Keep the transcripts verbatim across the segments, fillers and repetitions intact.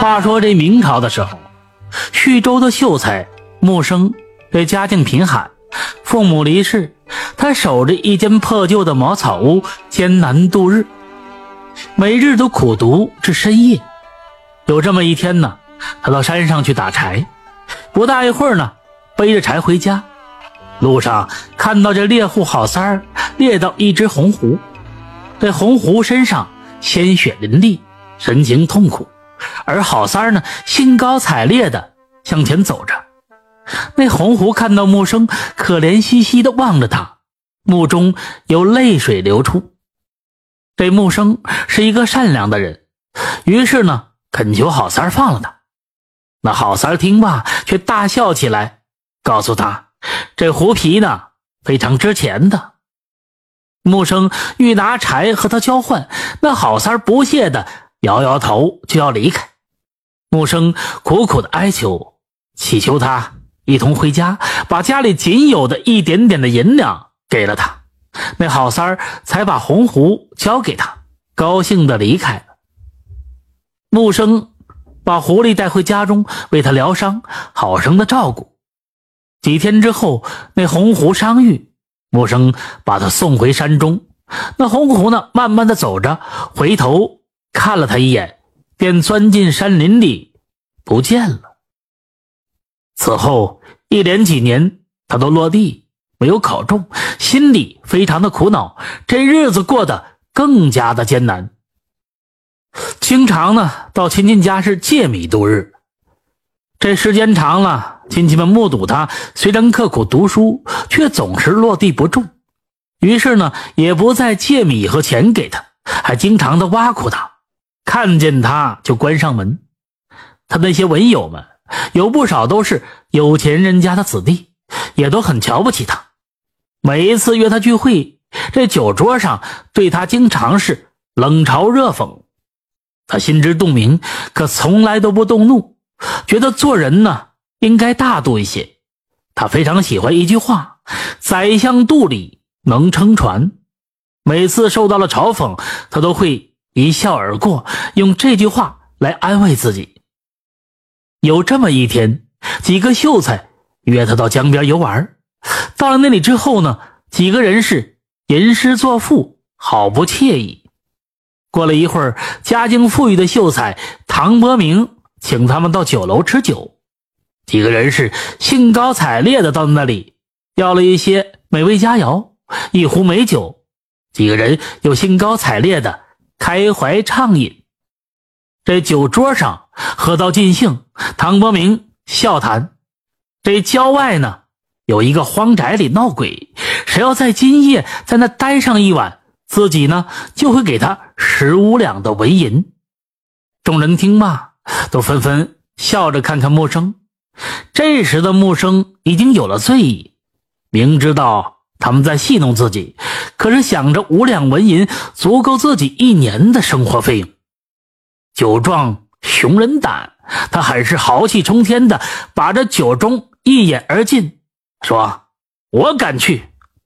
话说这明朝的时候，徐州的秀才木生这家境贫寒，父母离世，他守着一间破旧的茅草屋艰难度日，每日都苦读至深夜。有这么一天呢，他到山上去打柴，不大一会儿呢，背着柴回家，路上看到这猎户好三儿猎到一只红狐，这红狐身上鲜血淋漓，神情痛苦，而好三儿呢兴高采烈地向前走着。那红狐看到木生，可怜兮兮地望着他，目中有泪水流出。这木生是一个善良的人，于是呢恳求好三儿放了他。那好三儿听罢却大笑起来，告诉他这狐皮呢非常值钱的。木生欲拿柴和他交换，那好三儿不屑地摇摇头就要离开。木生苦苦的哀求，祈求他一同回家，把家里仅有的一点点的银两给了他，那好三儿才把红狐交给他，高兴地离开了。木生把狐狸带回家中，为他疗伤，好生的照顾。几天之后，那红狐伤愈，木生把他送回山中。那红狐呢慢慢的走着，回头看了他一眼，便钻进山林里不见了。此后一连几年他都落地，没有考中，心里非常的苦恼，这日子过得更加的艰难。经常呢到亲戚家是借米度日，这时间长了，亲戚们目睹他虽然刻苦读书，却总是落地不中，于是呢也不再借米和钱给他，还经常的挖苦他，看见他就关上门。他那些文友们有不少都是有钱人家的子弟，也都很瞧不起他。每一次约他聚会，这酒桌上对他经常是冷嘲热讽。他心知肚明，可从来都不动怒，觉得做人呢应该大度一些。他非常喜欢一句话，宰相肚里能撑船。每次受到了嘲讽，他都会一笑而过，用这句话来安慰自己。有这么一天，几个秀才约他到江边游玩，到了那里之后呢，几个人是吟诗作赋，好不惬意。过了一会儿，家境富裕的秀才唐伯明请他们到酒楼吃酒，几个人是兴高采烈的到那里，要了一些美味佳肴，一壶美酒，几个人又兴高采烈的开怀畅饮。这酒桌上喝到尽兴，唐伯明笑谈，这郊外呢有一个荒宅里闹鬼，谁要在今夜在那待上一晚，自己呢就会给他十五两的纹银。众人听罢都纷纷笑着看看木生。这时的木生已经有了醉意，明知道他们在戏弄自己，可是想着五两纹银足够自己一年的生活费用。酒壮熊人胆，他很是豪气冲天的把这酒盅一饮而尽，说我敢去。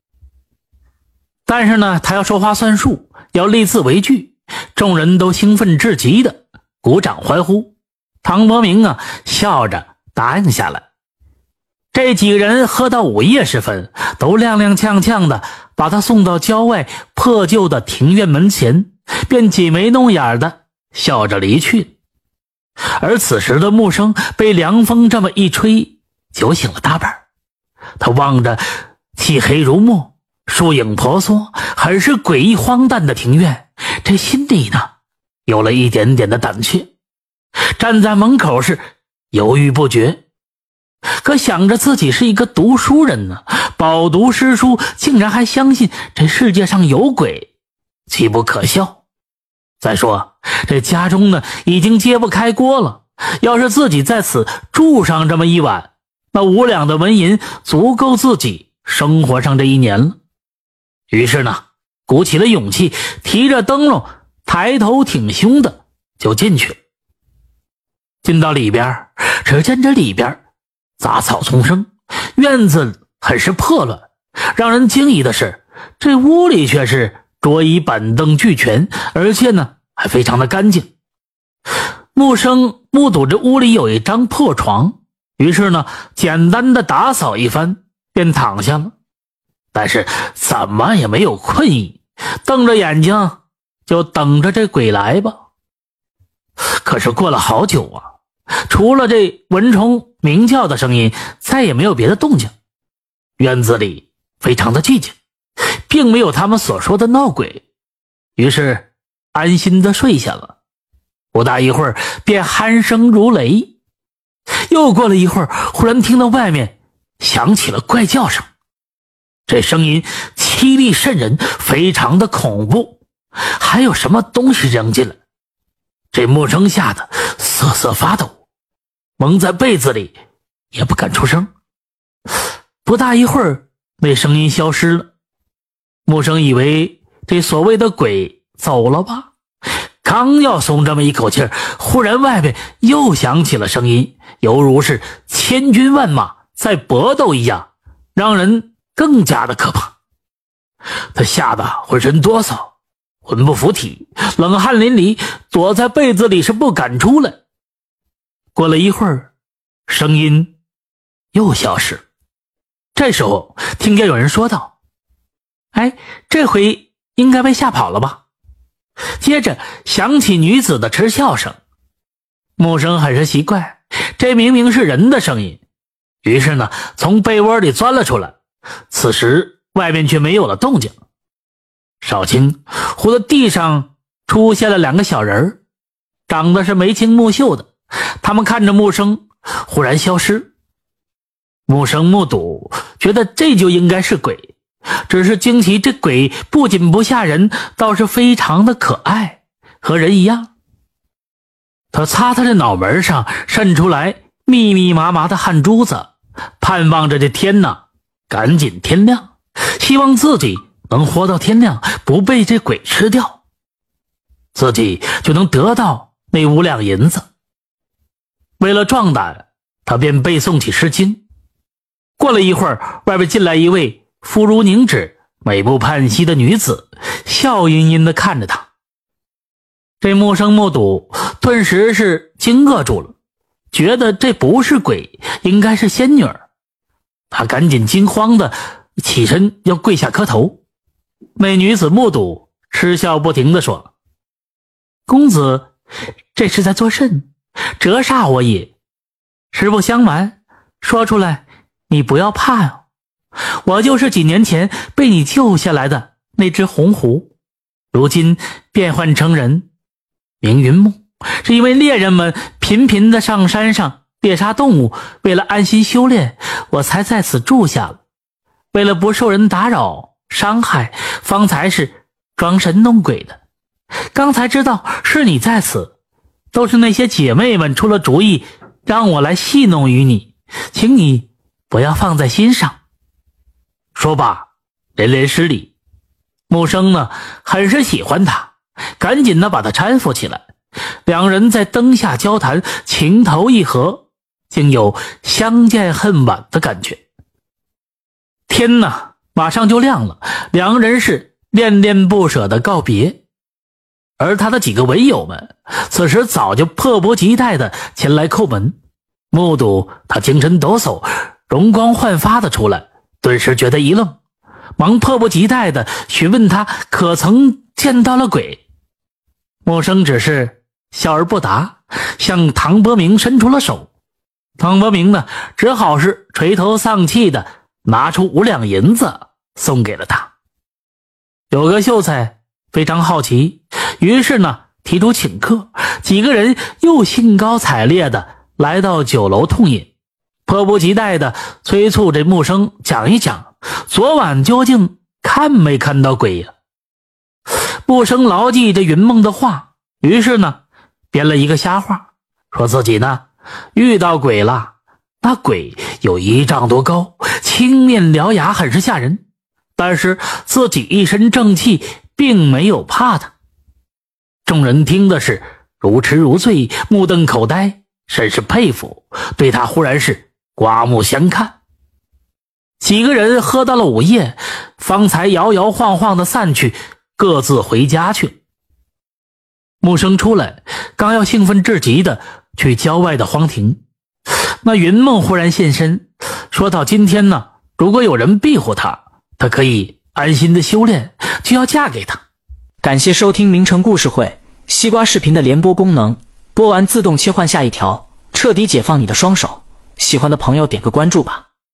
但是呢他要说话算数，要立字为据，众人都兴奋至极的鼓掌欢呼。唐伯明啊笑着答应下来。这几个人喝到午夜时分，都踉踉跄跄的把他送到郊外破旧的庭院门前，便挤眉弄眼的笑着离去。而此时的木生被凉风这么一吹，酒醒了大半。他望着漆黑如墨，树影婆娑，很是诡异荒诞的庭院，这心里呢有了一点点的胆怯，站在门口是犹豫不决。可想着自己是一个读书人呢，饱读诗书，竟然还相信这世界上有鬼，岂不可笑。再说这家中呢已经揭不开锅了，要是自己在此住上这么一晚，那五两的纹银足够自己生活上这一年了。于是呢鼓起了勇气，提着灯笼抬头挺胸的就进去了。进到里边，只见这里边杂草丛生，院子很是破乱。让人惊异的是，这屋里却是桌椅板凳俱全，而且呢还非常的干净。 木生目睹这屋里有一张破床，于是呢简单的打扫一番便躺下了，但是怎么也没有困意，瞪着眼睛就等着这鬼来吧。可是过了好久啊，除了这蚊虫鸣叫的声音，再也没有别的动静。院子里非常的寂静，并没有他们所说的闹鬼，于是安心的睡下了。不大一会儿便鼾声如雷，又过了一会儿，忽然听到外面响起了怪叫声，这声音凄厉瘆人，非常的恐怖，还有什么东西扔进来。这木生吓得瑟瑟发抖，蒙在被子里也不敢出声。不大一会儿，那声音消失了。木生以为这所谓的鬼走了吧，刚要松这么一口气儿，忽然外面又响起了声音，犹如是千军万马在搏斗一样，让人更加的可怕。他吓得浑身哆嗦，魂不附体，冷汗淋漓，躲在被子里是不敢出来。过了一会儿，声音又消失。这时候听见有人说道：哎，这回应该被吓跑了吧。接着响起女子的嗤笑声。木生很是奇怪，这明明是人的声音，于是呢从被窝里钻了出来。此时外面却没有了动静。少卿忽的地上出现了两个小人，长得是眉清目秀的，他们看着木生忽然消失。木生目睹，觉得这就应该是鬼，只是惊奇这鬼不仅不吓人，倒是非常的可爱，和人一样。他擦擦这脑门上渗出来密密麻麻的汗珠子，盼望着这天呐赶紧天亮，希望自己能活到天亮，不被这鬼吃掉，自己就能得到那五两银子。为了壮胆，他便背诵起诗经。过了一会儿，外边进来一位肤如凝脂、美不盼兮的女子，笑吟吟地看着他。这木生目睹，顿时是惊愕住了，觉得这不是鬼，应该是仙女儿。他赶紧惊慌地起身要跪下磕头。那女子目睹，嗤笑不停地说：公子这是在作甚？折煞我也。实不相瞒，说出来你不要怕哦，我就是几年前被你救下来的那只红狐，如今变换成人，名云木，是因为猎人们频频的上山上猎杀动物，为了安心修炼，我才在此住下了。为了不受人打扰伤害，方才是装神弄鬼的。刚才知道是你在此，都是那些姐妹们出了主意，让我来戏弄于你，请你不要放在心上。说罢连连施礼。木生呢很是喜欢他，赶紧的把他搀扶起来，两人在灯下交谈，情投意合，竟有相见恨晚的感觉。天呢马上就亮了，两人是恋恋不舍的告别。而他的几个文友们此时早就迫不及待的前来叩门，目睹他精神抖擞，容光焕发的出来，顿时觉得一愣，忙迫不及待的询问他可曾见到了鬼。木生只是笑而不答，向唐伯明伸出了手。唐伯明呢只好是垂头丧气的拿出五两银子送给了他。有个秀才非常好奇，于是呢提出请客，几个人又兴高采烈的来到酒楼痛饮，迫不及待的催促这木生讲一讲昨晚究竟看没看到鬼呀。木生牢记这云梦的话，于是呢编了一个瞎话，说自己呢遇到鬼了，那鬼有一丈多高，青面獠牙，很是吓人，但是自己一身正气，并没有怕他。众人听的是如痴如醉，目瞪口呆，甚是佩服，对他忽然是刮目相看。几个人喝到了午夜，方才摇摇晃晃的散去，各自回家去。 木生出来，刚要兴奋至极的去郊外的荒庭，那云梦忽然现身，说到今天呢，如果有人庇护他，他可以安心的修炼，就要嫁给他。 感谢收听名城故事会西瓜视频的联播功能，播完自动切换下一条，彻底解放你的双手。喜欢的朋友点个关注吧。